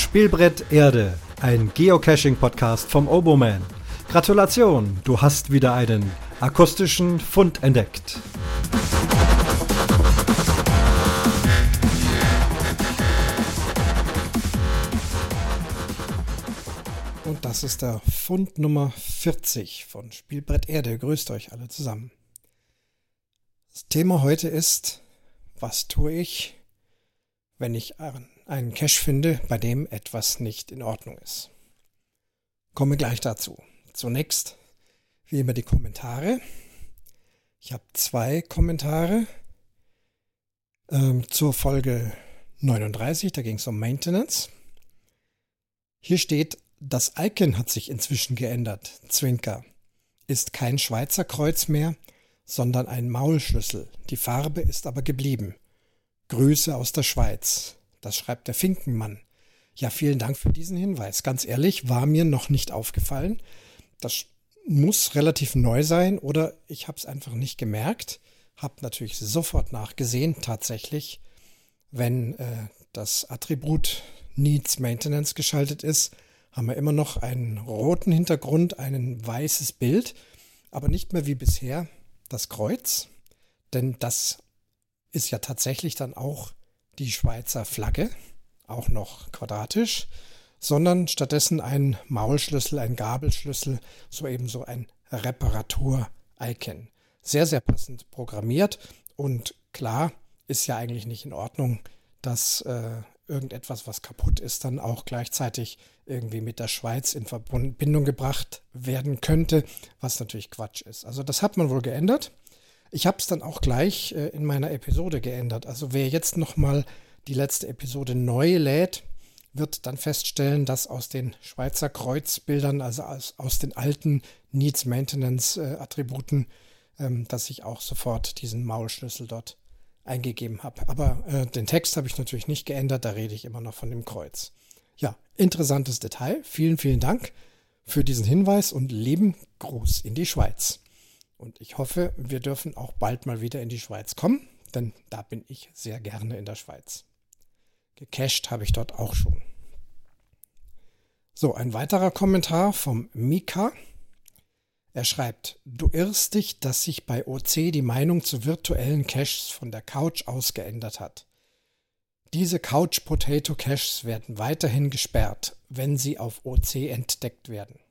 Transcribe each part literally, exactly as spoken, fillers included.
Spielbrett Erde, ein Geocaching-Podcast vom Oboman. Gratulation, du hast wieder einen akustischen Fund entdeckt. Und das ist der Fund Nummer vierzig von Spielbrett Erde. Grüßt euch alle zusammen. Das Thema heute ist, was tue ich, wenn ich einen Cache finde, bei dem etwas nicht in Ordnung ist. Komme gleich dazu. Zunächst, wie immer, die Kommentare. Ich habe zwei Kommentare ähm, zur Folge neununddreißig, da ging es um Maintenance. Hier steht, das Icon hat sich inzwischen geändert. Zwinker. Ist kein Schweizer Kreuz mehr, sondern ein Maulschlüssel. Die Farbe ist aber geblieben. Grüße aus der Schweiz. Das schreibt der Finkenmann. Ja, vielen Dank für diesen Hinweis. Ganz ehrlich, war mir noch nicht aufgefallen. Das muss relativ neu sein oder ich habe es einfach nicht gemerkt. Habe natürlich sofort nachgesehen, tatsächlich, wenn äh, das Attribut Needs Maintenance geschaltet ist, haben wir immer noch einen roten Hintergrund, ein weißes Bild, aber nicht mehr wie bisher das Kreuz, denn das ist ja tatsächlich dann auch die Schweizer Flagge, auch noch quadratisch, sondern stattdessen ein Maulschlüssel, ein Gabelschlüssel, so ebenso ein Reparatur-Icon. Sehr, sehr passend programmiert und klar, ist ja eigentlich nicht in Ordnung, dass äh, irgendetwas, was kaputt ist, dann auch gleichzeitig irgendwie mit der Schweiz in Verbindung gebracht werden könnte, was natürlich Quatsch ist. Also das hat man wohl geändert. Ich habe es dann auch gleich äh, in meiner Episode geändert. Also wer jetzt nochmal die letzte Episode neu lädt, wird dann feststellen, dass aus den Schweizer Kreuzbildern, also aus, aus den alten Needs Maintenance äh, Attributen, ähm, dass ich auch sofort diesen Maulschlüssel dort eingegeben habe. Aber äh, den Text habe ich natürlich nicht geändert, da rede ich immer noch von dem Kreuz. Ja, interessantes Detail. Vielen, vielen Dank für diesen Hinweis und lieben Gruß in die Schweiz. Und ich hoffe, wir dürfen auch bald mal wieder in die Schweiz kommen, denn da bin ich sehr gerne in der Schweiz. Gecached habe ich dort auch schon. So, ein weiterer Kommentar vom Mika. Er schreibt, du irrst dich, dass sich bei O C die Meinung zu virtuellen Caches von der Couch aus geändert hat. Diese Couch-Potato-Caches werden weiterhin gesperrt, wenn sie auf O C entdeckt werden.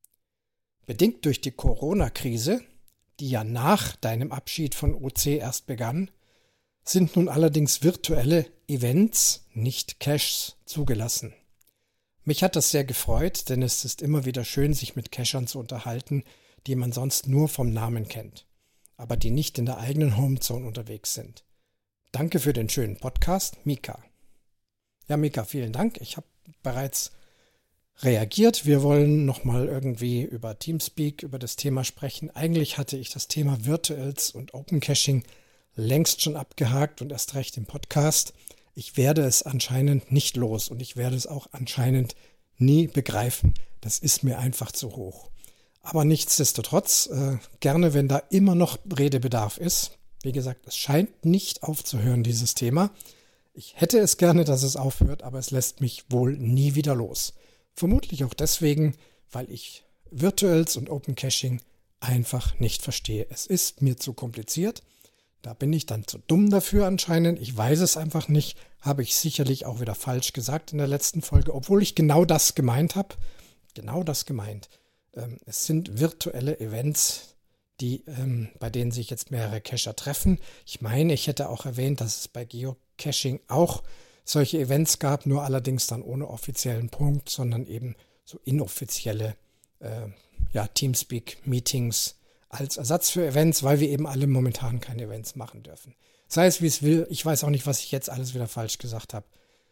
Bedingt durch die Corona-Krise, die ja nach deinem Abschied von O C erst begann, sind nun allerdings virtuelle Events, nicht Caches, zugelassen. Mich hat das sehr gefreut, denn es ist immer wieder schön, sich mit Cachern zu unterhalten, die man sonst nur vom Namen kennt, aber die nicht in der eigenen Homezone unterwegs sind. Danke für den schönen Podcast, Mika. Ja, Mika, vielen Dank. Ich habe bereits reagiert. Wir wollen nochmal irgendwie über Teamspeak, über das Thema sprechen. Eigentlich hatte ich das Thema Virtuals und Open Caching längst schon abgehakt und erst recht im Podcast. Ich werde es anscheinend nicht los und ich werde es auch anscheinend nie begreifen. Das ist mir einfach zu hoch. Aber nichtsdestotrotz, äh, gerne, wenn da immer noch Redebedarf ist. Wie gesagt, es scheint nicht aufzuhören, dieses Thema. Ich hätte es gerne, dass es aufhört, aber es lässt mich wohl nie wieder los. Vermutlich auch deswegen, weil ich Virtuals und Open Caching einfach nicht verstehe. Es ist mir zu kompliziert. Da bin ich dann zu dumm dafür anscheinend. Ich weiß es einfach nicht. Habe ich sicherlich auch wieder falsch gesagt in der letzten Folge, obwohl ich genau das gemeint habe. Genau das gemeint. Ähm, es sind virtuelle Events, die, ähm, bei denen sich jetzt mehrere Cacher treffen. Ich meine, ich hätte auch erwähnt, dass es bei Geocaching auch solche Events gab, nur allerdings dann ohne offiziellen Punkt, sondern eben so inoffizielle äh, ja, Teamspeak-Meetings als Ersatz für Events, weil wir eben alle momentan keine Events machen dürfen. Sei es wie es will, ich weiß auch nicht, was ich jetzt alles wieder falsch gesagt habe.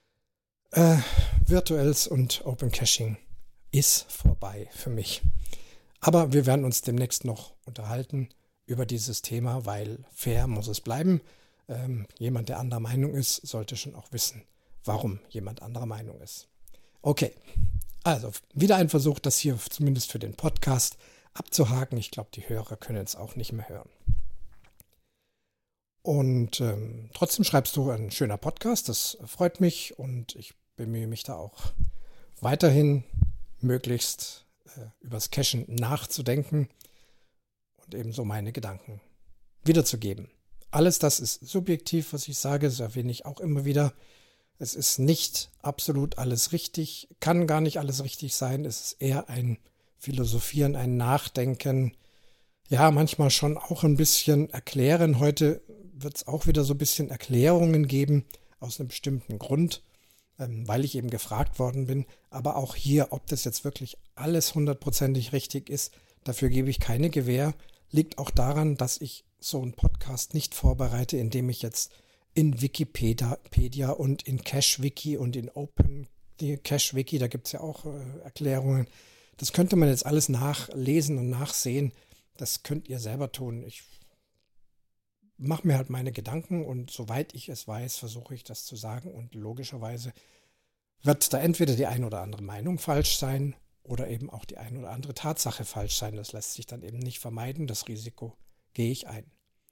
Äh, Virtuals und Open Caching ist vorbei für mich. Aber wir werden uns demnächst noch unterhalten über dieses Thema, weil fair muss es bleiben. Ähm, jemand, der anderer Meinung ist, sollte schon auch wissen, warum jemand anderer Meinung ist. Okay, also wieder ein Versuch, das hier zumindest für den Podcast abzuhaken. Ich glaube, die Hörer können es auch nicht mehr hören. Und ähm, trotzdem schreibst du ein schöner Podcast, das freut mich und ich bemühe mich da auch weiterhin möglichst äh, übers Cachen nachzudenken und ebenso meine Gedanken wiederzugeben. Alles das ist subjektiv, was ich sage, das erwähne ich auch immer wieder. Es ist nicht absolut alles richtig, kann gar nicht alles richtig sein. Es ist eher ein Philosophieren, ein Nachdenken. Ja, manchmal schon auch ein bisschen erklären. Heute wird es auch wieder so ein bisschen Erklärungen geben aus einem bestimmten Grund, ähm, weil ich eben gefragt worden bin. Aber auch hier, ob das jetzt wirklich alles hundertprozentig richtig ist, dafür gebe ich keine Gewähr. Liegt auch daran, dass ich so einen Podcast nicht vorbereite, indem ich jetzt in Wikipedia und in CacheWiki und in Open CacheWiki, da gibt es ja auch äh, Erklärungen. Das könnte man jetzt alles nachlesen und nachsehen. Das könnt ihr selber tun. Ich mache mir halt meine Gedanken und soweit ich es weiß, versuche ich das zu sagen. Und logischerweise wird da entweder die eine oder andere Meinung falsch sein oder eben auch die eine oder andere Tatsache falsch sein. Das lässt sich dann eben nicht vermeiden. Das Risiko gehe ich ein.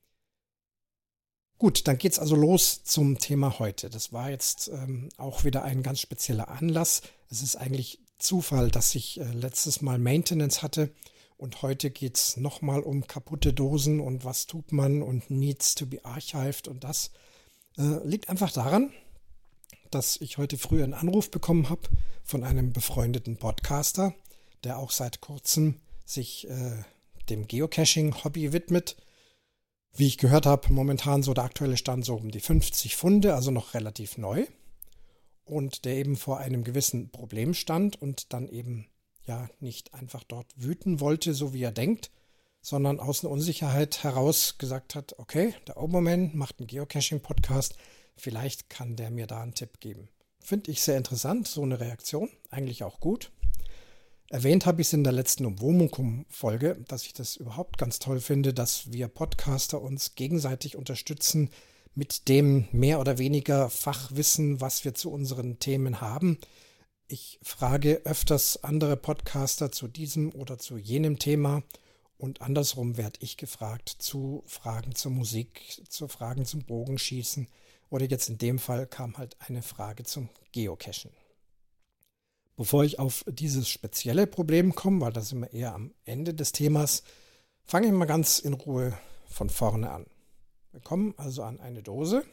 Gut, dann geht's also los zum Thema heute. Das war jetzt ähm, auch wieder ein ganz spezieller Anlass. Es ist eigentlich Zufall, dass ich äh, letztes Mal Maintenance hatte und heute geht's nochmal um kaputte Dosen und was tut man und needs to be archived und das äh, liegt einfach daran, dass ich heute früh einen Anruf bekommen habe von einem befreundeten Podcaster, der auch seit kurzem sich äh, dem Geocaching-Hobby widmet. Wie ich gehört habe, momentan so der aktuelle Stand so um die fünfzig Funde, also noch relativ neu. Und der eben vor einem gewissen Problem stand und dann eben ja nicht einfach dort wüten wollte, so wie er denkt, sondern aus einer Unsicherheit heraus gesagt hat, okay, der Oberman macht einen Geocaching-Podcast, vielleicht kann der mir da einen Tipp geben. Finde ich sehr interessant, so eine Reaktion, eigentlich auch gut. Erwähnt habe ich es in der letzten Umwomukum-Folge, dass ich das überhaupt ganz toll finde, dass wir Podcaster uns gegenseitig unterstützen mit dem mehr oder weniger Fachwissen, was wir zu unseren Themen haben. Ich frage öfters andere Podcaster zu diesem oder zu jenem Thema und andersrum werde ich gefragt zu Fragen zur Musik, zu Fragen zum Bogenschießen oder jetzt in dem Fall kam halt eine Frage zum Geocachen. Bevor ich auf dieses spezielle Problem komme, weil da sind wir eher am Ende des Themas, fange ich mal ganz in Ruhe von vorne an. Wir kommen also an eine Dose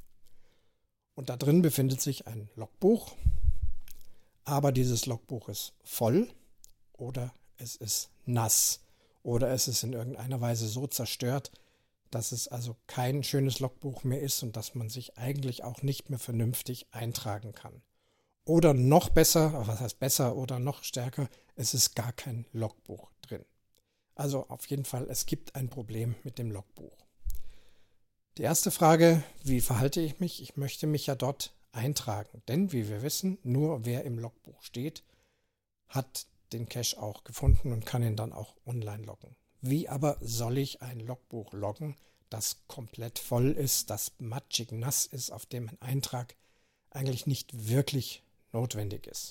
und da drin befindet sich ein Logbuch, aber dieses Logbuch ist voll oder es ist nass oder es ist in irgendeiner Weise so zerstört, dass es also kein schönes Logbuch mehr ist und dass man sich eigentlich auch nicht mehr vernünftig eintragen kann. Oder noch besser, was heißt besser oder noch stärker, es ist gar kein Logbuch drin. Also auf jeden Fall, es gibt ein Problem mit dem Logbuch. Die erste Frage, wie verhalte ich mich? Ich möchte mich ja dort eintragen. Denn wie wir wissen, nur wer im Logbuch steht, hat den Cache auch gefunden und kann ihn dann auch online loggen. Wie aber soll ich ein Logbuch loggen, das komplett voll ist, das matschig nass ist, auf dem ein Eintrag eigentlich nicht wirklich notwendig ist.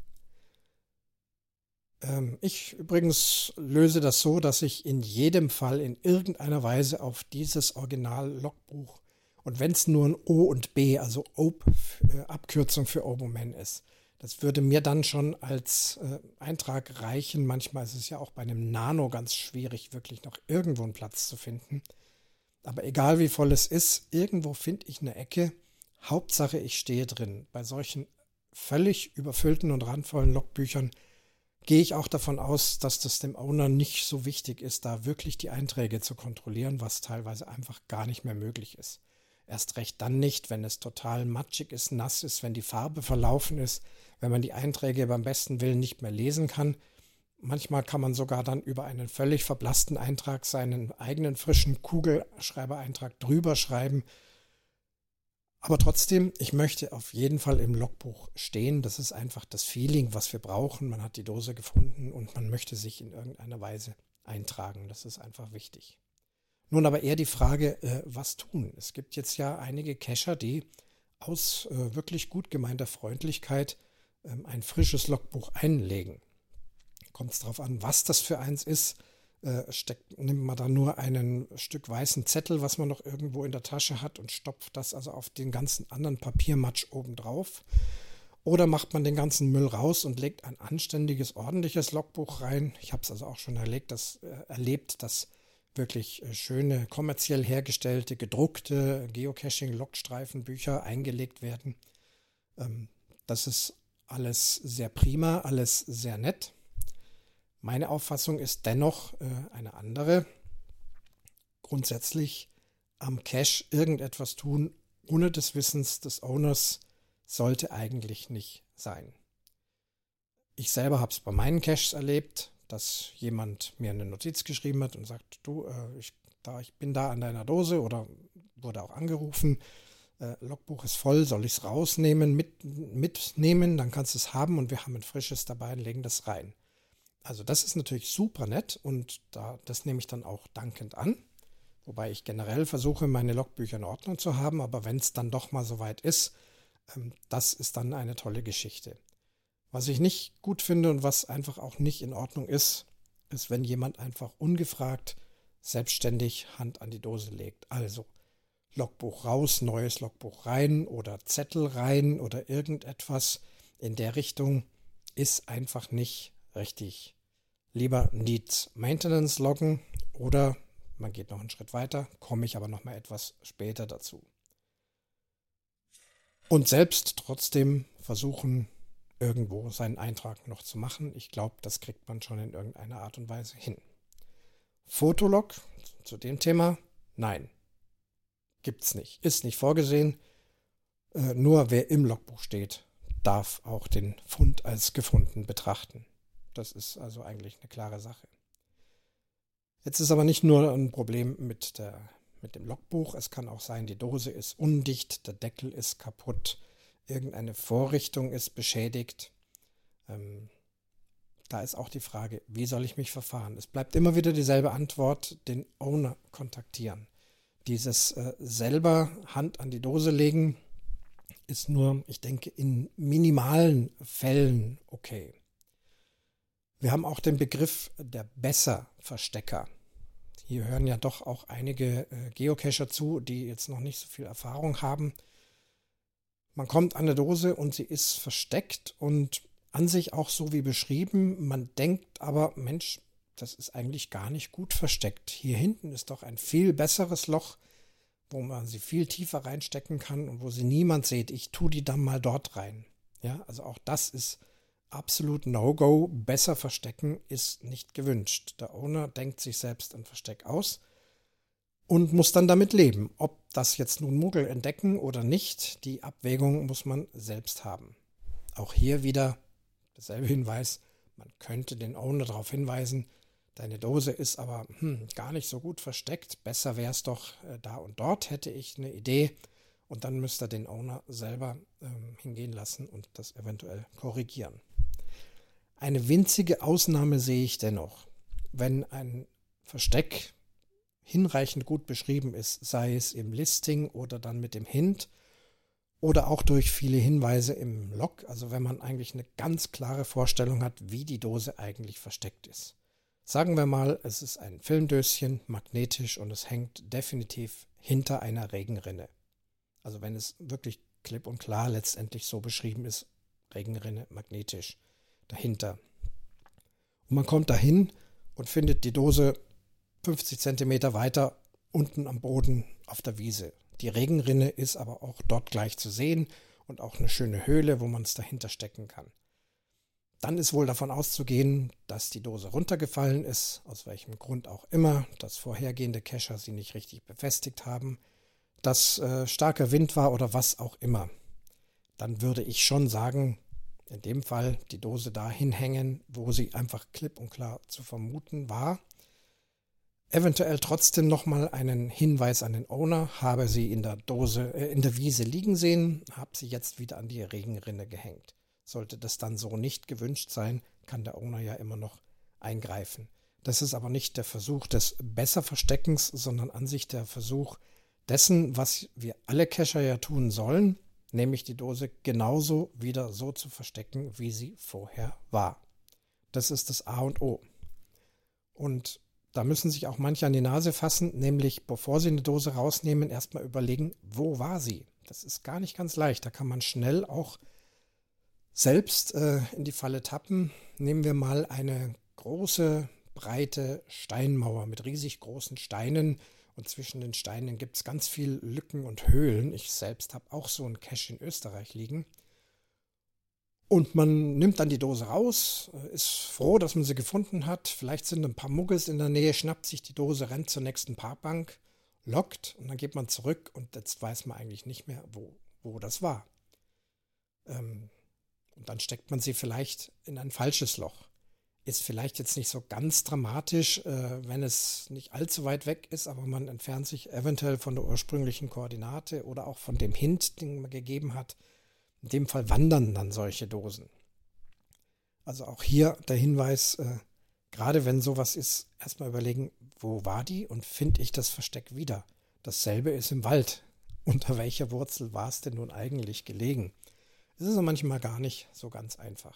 Ähm, ich übrigens löse das so, dass ich in jedem Fall in irgendeiner Weise auf dieses Original-Logbuch und wenn es nur ein O und B, also O P, äh, Abkürzung für Oberman ist, das würde mir dann schon als äh, Eintrag reichen. Manchmal ist es ja auch bei einem Nano ganz schwierig, wirklich noch irgendwo einen Platz zu finden. Aber egal wie voll es ist, irgendwo finde ich eine Ecke. Hauptsache, ich stehe drin. Bei solchen völlig überfüllten und randvollen Logbüchern gehe ich auch davon aus, dass das dem Owner nicht so wichtig ist, da wirklich die Einträge zu kontrollieren, was teilweise einfach gar nicht mehr möglich ist. Erst recht dann nicht, wenn es total matschig ist, nass ist, wenn die Farbe verlaufen ist, wenn man die Einträge beim besten Willen nicht mehr lesen kann. Manchmal kann man sogar dann über einen völlig verblassten Eintrag seinen eigenen frischen Kugelschreibereintrag drüber schreiben. Aber trotzdem, ich möchte auf jeden Fall im Logbuch stehen. Das ist einfach das Feeling, was wir brauchen. Man hat die Dose gefunden und man möchte sich in irgendeiner Weise eintragen. Das ist einfach wichtig. Nun aber eher die Frage, äh, was tun? Es gibt jetzt ja einige Cacher, die aus äh, wirklich gut gemeinter Freundlichkeit äh, ein frisches Logbuch einlegen. Kommt es darauf an, was das für eins ist. Äh, steckt, nimmt man da nur ein Stück weißen Zettel, was man noch irgendwo in der Tasche hat und stopft das also auf den ganzen anderen Papiermatsch obendrauf? Oder macht man den ganzen Müll raus und legt ein anständiges, ordentliches Logbuch rein. Ich habe es also auch schon erlebt, dass, äh, erlebt, dass wirklich äh, schöne, kommerziell hergestellte, gedruckte Geocaching-Logstreifenbücher eingelegt werden. Ähm, das ist alles sehr prima, alles sehr nett. Meine Auffassung ist dennoch äh, eine andere. Grundsätzlich am Cache irgendetwas tun, ohne des Wissens des Owners, sollte eigentlich nicht sein. Ich selber habe es bei meinen Caches erlebt, dass jemand mir eine Notiz geschrieben hat und sagt, du, äh, ich, da, ich bin da an deiner Dose, oder wurde auch angerufen, äh, Logbuch ist voll, soll ich es rausnehmen, mit, mitnehmen, dann kannst du es haben und wir haben ein frisches dabei und legen das rein. Also das ist natürlich super nett und da, das nehme ich dann auch dankend an. Wobei ich generell versuche, meine Logbücher in Ordnung zu haben, aber wenn es dann doch mal soweit ist, ähm, das ist dann eine tolle Geschichte. Was ich nicht gut finde und was einfach auch nicht in Ordnung ist, ist, wenn jemand einfach ungefragt selbstständig Hand an die Dose legt. Also Logbuch raus, neues Logbuch rein oder Zettel rein oder irgendetwas in der Richtung ist einfach nicht richtig. Lieber Needs Maintenance loggen oder man geht noch einen Schritt weiter, komme ich aber noch mal etwas später dazu. Und selbst trotzdem versuchen, irgendwo seinen Eintrag noch zu machen. Ich glaube, das kriegt man schon in irgendeiner Art und Weise hin. Fotolog zu dem Thema? Nein. Gibt's nicht. Ist nicht vorgesehen. Äh, nur wer im Logbuch steht, darf auch den Fund als gefunden betrachten. Das ist also eigentlich eine klare Sache. Jetzt ist aber nicht nur ein Problem mit, der, mit dem Logbuch. Es kann auch sein, die Dose ist undicht, der Deckel ist kaputt, irgendeine Vorrichtung ist beschädigt. Ähm, da ist auch die Frage, wie soll ich mich verfahren? Es bleibt immer wieder dieselbe Antwort, den Owner kontaktieren. Dieses äh, selber Hand an die Dose legen ist nur, ich denke, in minimalen Fällen okay. Wir haben auch den Begriff der Besserverstecker. Hier hören ja doch auch einige äh, Geocacher zu, die jetzt noch nicht so viel Erfahrung haben. Man kommt an eine Dose und sie ist versteckt und an sich auch so wie beschrieben. Man denkt aber, Mensch, das ist eigentlich gar nicht gut versteckt. Hier hinten ist doch ein viel besseres Loch, wo man sie viel tiefer reinstecken kann und wo sie niemand sieht. Ich tue die dann mal dort rein. Ja, also auch das ist absolut No-Go. Besser verstecken ist nicht gewünscht. Der Owner denkt sich selbst ein Versteck aus und muss dann damit leben. Ob das jetzt nun Muggel entdecken oder nicht, die Abwägung muss man selbst haben. Auch hier wieder derselbe Hinweis, man könnte den Owner darauf hinweisen, deine Dose ist aber hm, gar nicht so gut versteckt, besser wäre es doch äh, da und dort, hätte ich eine Idee. Und dann müsste er den Owner selber ähm, hingehen lassen und das eventuell korrigieren. Eine winzige Ausnahme sehe ich dennoch. Wenn ein Versteck hinreichend gut beschrieben ist, sei es im Listing oder dann mit dem Hint oder auch durch viele Hinweise im Log, also wenn man eigentlich eine ganz klare Vorstellung hat, wie die Dose eigentlich versteckt ist. Sagen wir mal, es ist ein Filmdöschen, magnetisch und es hängt definitiv hinter einer Regenrinne. Also wenn es wirklich klipp und klar letztendlich so beschrieben ist, Regenrinne, magnetisch, dahinter. Und man kommt dahin und findet die Dose fünfzig Zentimeter weiter unten am Boden auf der Wiese. Die Regenrinne ist aber auch dort gleich zu sehen und auch eine schöne Höhle, wo man es dahinter stecken kann. Dann ist wohl davon auszugehen, dass die Dose runtergefallen ist, aus welchem Grund auch immer, dass vorhergehende Cacher sie nicht richtig befestigt haben, dass äh, starker Wind war oder was auch immer. Dann würde ich schon sagen, in dem Fall die Dose dahin hängen, wo sie einfach klipp und klar zu vermuten war. Eventuell trotzdem nochmal einen Hinweis an den Owner, habe sie in der Dose, äh, in der Wiese liegen sehen, habe sie jetzt wieder an die Regenrinne gehängt. Sollte das dann so nicht gewünscht sein, kann der Owner ja immer noch eingreifen. Das ist aber nicht der Versuch des Besserversteckens, sondern an sich der Versuch dessen, was wir alle Cacher ja tun sollen, nämlich die Dose genauso wieder so zu verstecken, wie sie vorher war. Das ist das A und O. Und da müssen sich auch manche an die Nase fassen, nämlich bevor sie eine Dose rausnehmen, erstmal überlegen, wo war sie? Das ist gar nicht ganz leicht. Da kann man schnell auch selbst äh, in die Falle tappen. Nehmen wir mal eine große, breite Steinmauer mit riesig großen Steinen und zwischen den Steinen gibt es ganz viel Lücken und Höhlen. Ich selbst habe auch so einen Cache in Österreich liegen. Und man nimmt dann die Dose raus, ist froh, dass man sie gefunden hat. Vielleicht sind ein paar Muggels in der Nähe, schnappt sich die Dose, rennt zur nächsten Parkbank, lockt und dann geht man zurück und jetzt weiß man eigentlich nicht mehr, wo, wo das war. Ähm, und dann steckt man sie vielleicht in ein falsches Loch. Ist vielleicht jetzt nicht so ganz dramatisch, äh, wenn es nicht allzu weit weg ist, aber man entfernt sich eventuell von der ursprünglichen Koordinate oder auch von dem Hint, den man gegeben hat. In dem Fall wandern dann solche Dosen. Also auch hier der Hinweis, äh, gerade wenn sowas ist, erstmal überlegen, wo war die und finde ich das Versteck wieder. Dasselbe ist im Wald. Unter welcher Wurzel war es denn nun eigentlich gelegen? Es ist manchmal gar nicht so ganz einfach.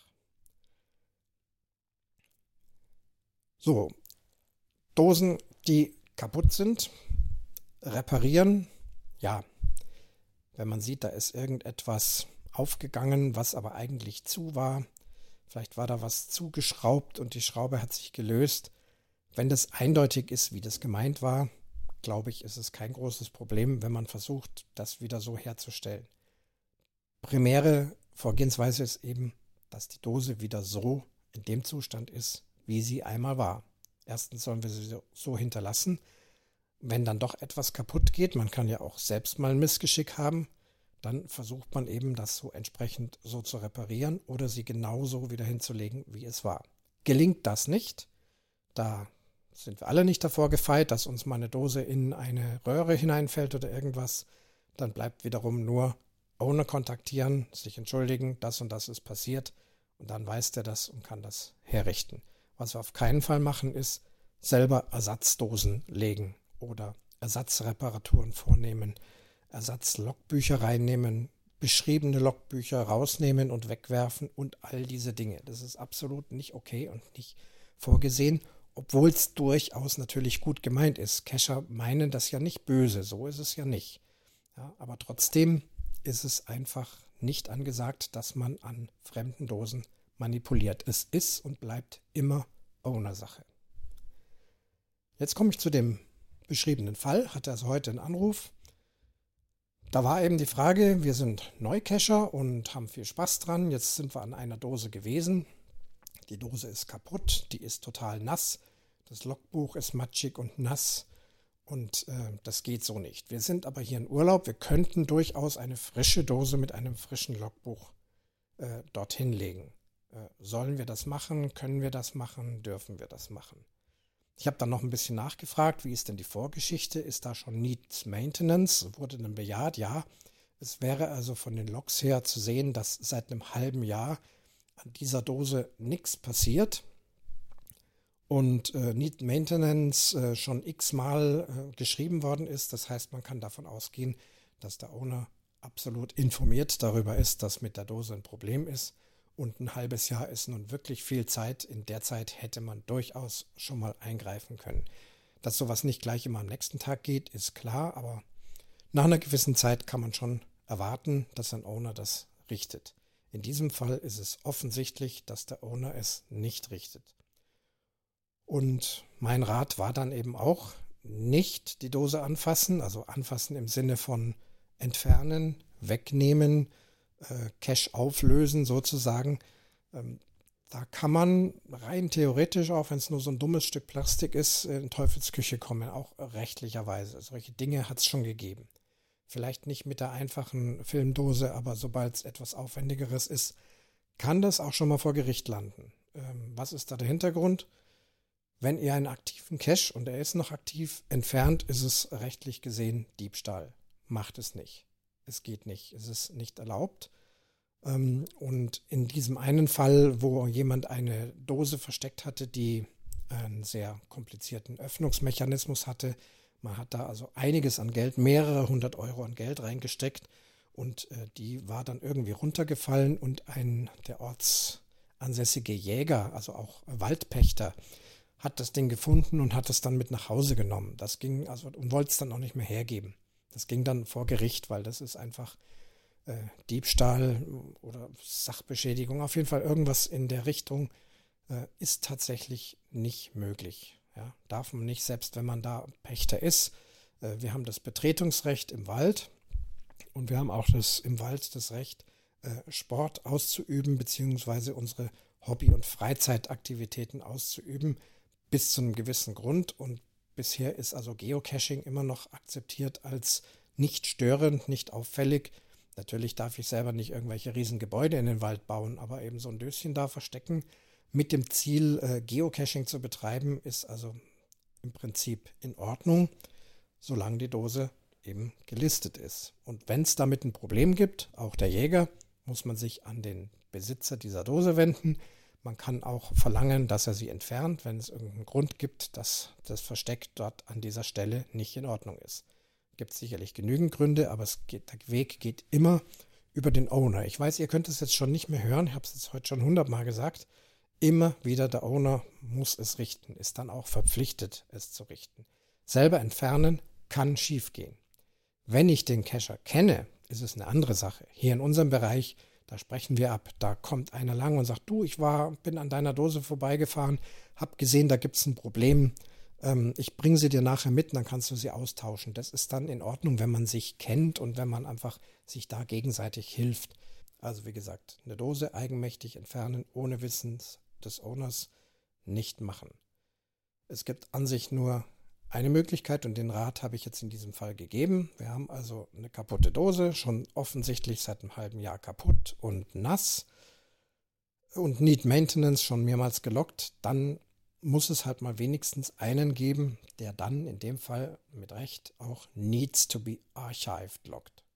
So, Dosen, die kaputt sind, reparieren, ja. Wenn man sieht, da ist irgendetwas aufgegangen, was aber eigentlich zu war. Vielleicht war da was zugeschraubt und die Schraube hat sich gelöst. Wenn das eindeutig ist, wie das gemeint war, glaube ich, ist es kein großes Problem, wenn man versucht, das wieder so herzustellen. Primäre Vorgehensweise ist eben, dass die Dose wieder so in dem Zustand ist, wie sie einmal war. Erstens sollen wir sie so hinterlassen. Wenn dann doch etwas kaputt geht, man kann ja auch selbst mal ein Missgeschick haben, dann versucht man eben, das so entsprechend so zu reparieren oder sie genauso wieder hinzulegen, wie es war. Gelingt das nicht, da sind wir alle nicht davor gefeit, dass uns mal eine Dose in eine Röhre hineinfällt oder irgendwas, dann bleibt wiederum nur Owner kontaktieren, sich entschuldigen, das und das ist passiert und dann weiß der das und kann das herrichten. Was wir auf keinen Fall machen, ist selber Ersatzdosen legen oder Ersatzreparaturen vornehmen, Ersatzlogbücher reinnehmen, beschriebene Logbücher rausnehmen und wegwerfen und all diese Dinge. Das ist absolut nicht okay und nicht vorgesehen, obwohl es durchaus natürlich gut gemeint ist. Cacher meinen das ja nicht böse, so ist es ja nicht. Ja, aber trotzdem ist es einfach nicht angesagt, dass man an fremden Dosen manipuliert. Es ist und bleibt immer Owner-Sache. Jetzt komme ich zu dem beschriebenen Fall. Hatte also heute einen Anruf. Da war eben die Frage, wir sind Neucacher und haben viel Spaß dran. Jetzt sind wir an einer Dose gewesen. Die Dose ist kaputt, die ist total nass. Das Logbuch ist matschig und nass und äh, das geht so nicht. Wir sind aber hier in Urlaub. Wir könnten durchaus eine frische Dose mit einem frischen Logbuch äh, dorthin legen. Äh, sollen wir das machen? Können wir das machen? Dürfen wir das machen? Ich habe dann noch ein bisschen nachgefragt, wie ist denn die Vorgeschichte? Ist da schon Needs Maintenance? Wurde dann bejaht? Ja, es wäre also von den Logs her zu sehen, dass seit einem halben Jahr an dieser Dose nichts passiert und äh, Need Maintenance äh, schon x-mal äh, geschrieben worden ist. Das heißt, man kann davon ausgehen, dass der Owner absolut informiert darüber ist, dass mit der Dose ein Problem ist. Und ein halbes Jahr ist nun wirklich viel Zeit. In der Zeit hätte man durchaus schon mal eingreifen können. Dass sowas nicht gleich immer am nächsten Tag geht, ist klar, aber nach einer gewissen Zeit kann man schon erwarten, dass ein Owner das richtet. In diesem Fall ist es offensichtlich, dass der Owner es nicht richtet. Und mein Rat war dann eben auch, nicht die Dose anfassen, also anfassen im Sinne von entfernen, wegnehmen, Cache auflösen sozusagen. Ähm, da kann man rein theoretisch, auch wenn es nur so ein dummes Stück Plastik ist, in Teufelsküche kommen, auch rechtlicherweise. Solche Dinge hat es schon gegeben. Vielleicht nicht mit der einfachen Filmdose, aber sobald es etwas Aufwendigeres ist, kann das auch schon mal vor Gericht landen. Ähm, was ist da der Hintergrund? Wenn ihr einen aktiven Cache, und er ist noch aktiv, entfernt, ist es rechtlich gesehen Diebstahl. Macht es nicht. Es geht nicht. Es ist nicht erlaubt. Und in diesem einen Fall, wo jemand eine Dose versteckt hatte, die einen sehr komplizierten Öffnungsmechanismus hatte, man hat da also einiges an Geld, mehrere hundert Euro an Geld reingesteckt und die war dann irgendwie runtergefallen und ein der ortsansässige Jäger, also auch Waldpächter, hat das Ding gefunden und hat es dann mit nach Hause genommen. Das ging also und wollte es dann auch nicht mehr hergeben. Das ging dann vor Gericht, weil das ist einfach äh, Diebstahl oder Sachbeschädigung, auf jeden Fall irgendwas in der Richtung, äh, ist tatsächlich nicht möglich. Ja, darf man nicht, selbst wenn man da Pächter ist. Äh, wir haben das Betretungsrecht im Wald und wir haben auch das im Wald das Recht, äh, Sport auszuüben, beziehungsweise unsere Hobby- und Freizeitaktivitäten auszuüben, bis zu einem gewissen Grund. Und bisher ist also Geocaching immer noch akzeptiert als nicht störend, nicht auffällig. Natürlich darf ich selber nicht irgendwelche riesen Gebäude in den Wald bauen, aber eben so ein Döschen da verstecken mit dem Ziel, äh, Geocaching zu betreiben, ist also im Prinzip in Ordnung, solange die Dose eben gelistet ist. Und wenn es damit ein Problem gibt, auch der Jäger, muss man sich an den Besitzer dieser Dose wenden. Man kann auch verlangen, dass er sie entfernt, wenn es irgendeinen Grund gibt, dass das Versteck dort an dieser Stelle nicht in Ordnung ist. Gibt es sicherlich genügend Gründe, aber es geht, der Weg geht immer über den Owner. Ich weiß, ihr könnt es jetzt schon nicht mehr hören, ich habe es jetzt heute schon hundertmal gesagt. Immer wieder der Owner muss es richten, ist dann auch verpflichtet, es zu richten. Selber entfernen kann schiefgehen. Wenn ich den Cacher kenne, ist es eine andere Sache. Hier in unserem Bereich, da sprechen wir ab. Da kommt einer lang und sagt, du, ich war, bin an deiner Dose vorbeigefahren, hab gesehen, da gibt es ein Problem. Ähm, ich bringe sie dir nachher mit, dann kannst du sie austauschen. Das ist dann in Ordnung, wenn man sich kennt und wenn man einfach sich da gegenseitig hilft. Also wie gesagt, eine Dose eigenmächtig entfernen, ohne Wissen des Owners nicht machen. Es gibt an sich nur eine Möglichkeit und den Rat habe ich jetzt in diesem Fall gegeben. Wir haben also eine kaputte Dose, schon offensichtlich seit einem halben Jahr kaputt und nass und Need Maintenance schon mehrmals gelockt. Dann muss es halt mal wenigstens einen geben, der dann in dem Fall mit Recht auch Needs to be Archived lockt.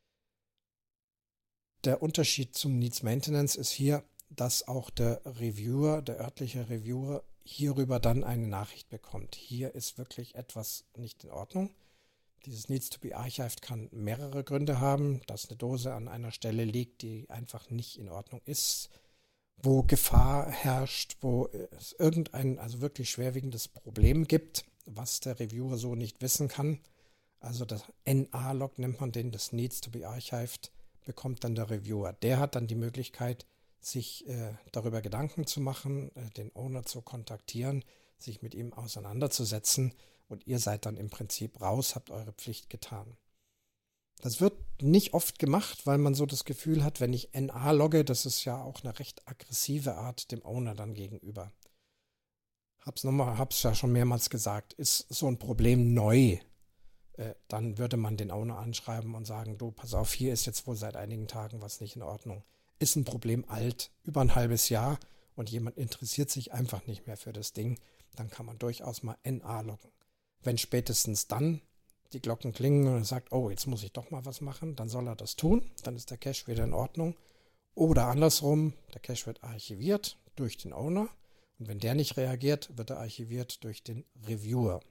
Der Unterschied zum Needs Maintenance ist hier, dass auch der Reviewer, der örtliche Reviewer, hierüber dann eine Nachricht bekommt. Hier ist wirklich etwas nicht in Ordnung. Dieses Needs to be Archived kann mehrere Gründe haben, dass eine Dose an einer Stelle liegt, die einfach nicht in Ordnung ist, wo Gefahr herrscht, wo es irgendein also wirklich schwerwiegendes Problem gibt, was der Reviewer so nicht wissen kann. Also das N A-Log nennt man den, das Needs to be Archived, bekommt dann der Reviewer. Der hat dann die Möglichkeit, sich äh, darüber Gedanken zu machen, äh, den Owner zu kontaktieren, sich mit ihm auseinanderzusetzen und ihr seid dann im Prinzip raus, habt eure Pflicht getan. Das wird nicht oft gemacht, weil man so das Gefühl hat, wenn ich N A logge, das ist ja auch eine recht aggressive Art dem Owner dann gegenüber. Hab's nochmal, hab's ja schon mehrmals gesagt, ist so ein Problem neu, äh, dann würde man den Owner anschreiben und sagen, du, pass auf, hier ist jetzt wohl seit einigen Tagen was nicht in Ordnung. Ist ein Problem alt, über ein halbes Jahr und jemand interessiert sich einfach nicht mehr für das Ding, dann kann man durchaus mal N A loggen. Wenn spätestens dann die Glocken klingen und er sagt, oh, jetzt muss ich doch mal was machen, dann soll er das tun, dann ist der Cache wieder in Ordnung. Oder andersrum, der Cache wird archiviert durch den Owner und wenn der nicht reagiert, wird er archiviert durch den Reviewer.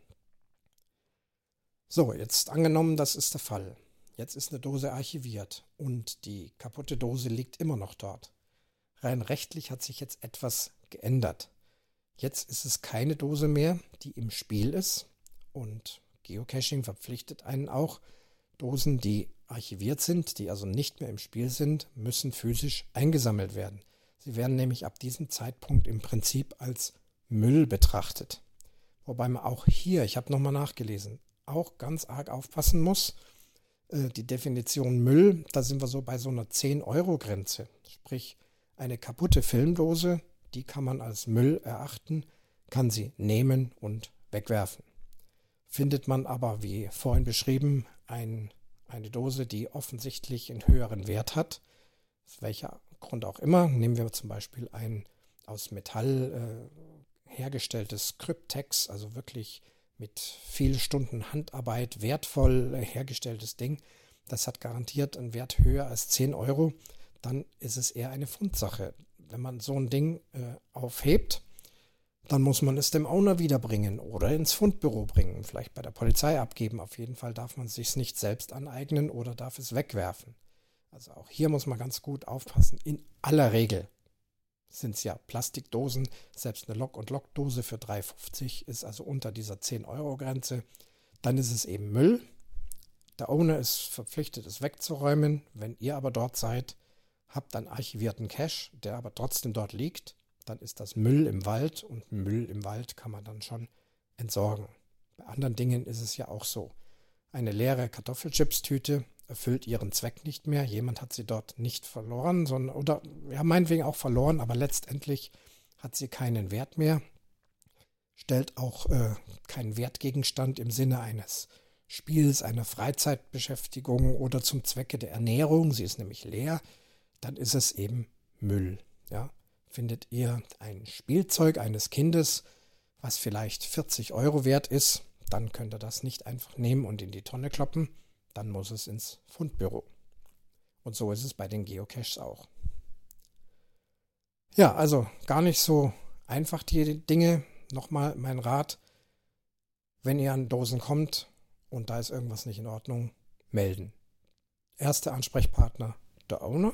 So, jetzt angenommen, das ist der Fall. Jetzt ist eine Dose archiviert und die kaputte Dose liegt immer noch dort. Rein rechtlich hat sich jetzt etwas geändert. Jetzt ist es keine Dose mehr, die im Spiel ist und Geocaching verpflichtet einen auch. Dosen, die archiviert sind, die also nicht mehr im Spiel sind, müssen physisch eingesammelt werden. Sie werden nämlich ab diesem Zeitpunkt im Prinzip als Müll betrachtet. Wobei man auch hier, ich habe nochmal nachgelesen, auch ganz arg aufpassen muss. Die Definition Müll, da sind wir so bei so einer zehn-Euro-Grenze. Sprich, eine kaputte Filmdose, die kann man als Müll erachten, kann sie nehmen und wegwerfen. Findet man aber, wie vorhin beschrieben, ein, eine Dose, die offensichtlich einen höheren Wert hat, aus welcher Grund auch immer, nehmen wir zum Beispiel ein aus Metall äh, hergestelltes Kryptex, also wirklich mit vielen Stunden Handarbeit wertvoll hergestelltes Ding, das hat garantiert einen Wert höher als zehn Euro, dann ist es eher eine Pfundsache. Wenn man so ein Ding äh, aufhebt, dann muss man es dem Owner wiederbringen oder ins Fundbüro bringen, vielleicht bei der Polizei abgeben. Auf jeden Fall darf man es sich nicht selbst aneignen oder darf es wegwerfen. Also auch hier muss man ganz gut aufpassen. In aller Regel sind es ja Plastikdosen, selbst eine Lock- und Lockdose für drei fünfzig ist also unter dieser zehn-Euro-Grenze. Dann ist es eben Müll. Der Owner ist verpflichtet, es wegzuräumen. Wenn ihr aber dort seid, habt einen archivierten Cache, der aber trotzdem dort liegt, dann ist das Müll im Wald und Müll im Wald kann man dann schon entsorgen. Bei anderen Dingen ist es ja auch so. Eine leere Kartoffelchips-Tüte erfüllt ihren Zweck nicht mehr. Jemand hat sie dort nicht verloren, sondern oder ja, meinetwegen auch verloren, aber letztendlich hat sie keinen Wert mehr. Stellt auch äh, keinen Wertgegenstand im Sinne eines Spiels, einer Freizeitbeschäftigung oder zum Zwecke der Ernährung. Sie ist nämlich leer. Dann ist es eben Müll. Ja? Findet ihr ein Spielzeug eines Kindes, was vielleicht vierzig Euro wert ist, dann könnt ihr das nicht einfach nehmen und in die Tonne kloppen. Dann muss es ins Fundbüro. Und so ist es bei den Geocaches auch. Ja, also gar nicht so einfach die Dinge. Nochmal mein Rat, wenn ihr an Dosen kommt und da ist irgendwas nicht in Ordnung, melden. Erster Ansprechpartner, der Owner.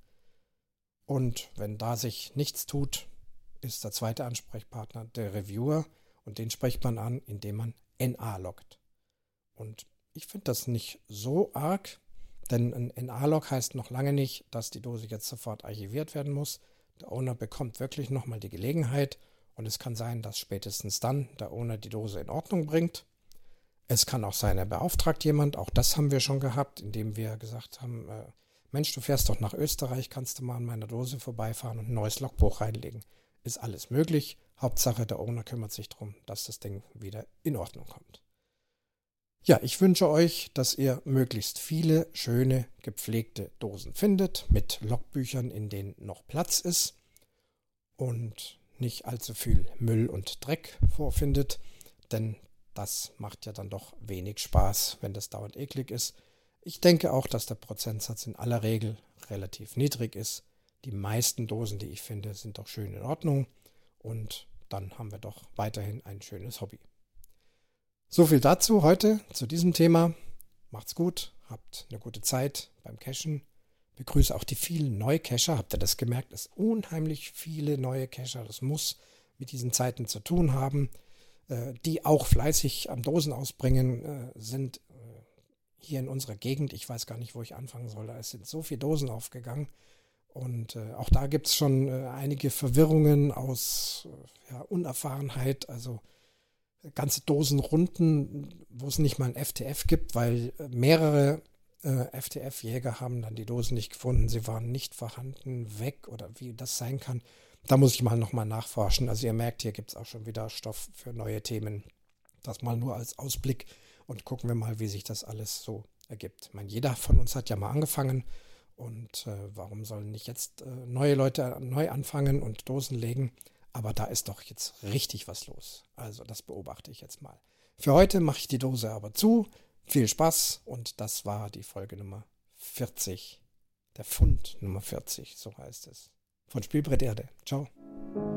Und wenn da sich nichts tut, ist der zweite Ansprechpartner der Reviewer und den spricht man an, indem man N A loggt. Und ich finde das nicht so arg, denn ein N A-Log heißt noch lange nicht, dass die Dose jetzt sofort archiviert werden muss. Der Owner bekommt wirklich nochmal die Gelegenheit und es kann sein, dass spätestens dann der Owner die Dose in Ordnung bringt. Es kann auch sein, er beauftragt jemand, auch das haben wir schon gehabt, indem wir gesagt haben, äh, Mensch, du fährst doch nach Österreich, kannst du mal an meiner Dose vorbeifahren und ein neues Logbuch reinlegen. Ist alles möglich. Hauptsache, der Owner kümmert sich darum, dass das Ding wieder in Ordnung kommt. Ja, ich wünsche euch, dass ihr möglichst viele schöne, gepflegte Dosen findet, mit Logbüchern, in denen noch Platz ist und nicht allzu viel Müll und Dreck vorfindet, denn das macht ja dann doch wenig Spaß, wenn das dauernd eklig ist. Ich denke auch, dass der Prozentsatz in aller Regel relativ niedrig ist. Die meisten Dosen, die ich finde, sind doch schön in Ordnung und dann haben wir doch weiterhin ein schönes Hobby. So viel dazu heute, zu diesem Thema. Macht's gut, habt eine gute Zeit beim Cachen. Begrüße auch die vielen Neucacher. Habt ihr das gemerkt? Es sind unheimlich viele neue Cacher. Das muss mit diesen Zeiten zu tun haben. Äh, die auch fleißig am Dosen ausbringen, äh, sind äh, hier in unserer Gegend. Ich weiß gar nicht, wo ich anfangen soll. Da sind so viele Dosen aufgegangen. Und äh, auch da gibt es schon äh, einige Verwirrungen aus äh, ja, Unerfahrenheit. Also ganze Dosenrunden, wo es nicht mal ein F T F gibt, weil mehrere äh, F T F-Jäger haben dann die Dosen nicht gefunden, sie waren nicht vorhanden, weg oder wie das sein kann. Da muss ich mal nochmal nachforschen. Also ihr merkt, hier gibt es auch schon wieder Stoff für neue Themen. Das mal nur als Ausblick und gucken wir mal, wie sich das alles so ergibt. Ich meine, jeder von uns hat ja mal angefangen und äh, warum sollen nicht jetzt äh, neue Leute neu anfangen und Dosen legen? Aber da ist doch jetzt richtig was los. Also das beobachte ich jetzt mal. Für heute mache ich die Dose aber zu. Viel Spaß und das war die Folge Nummer vierzig. Der Fund Nummer vierzig, so heißt es. Von Spielbrett Erde. Ciao.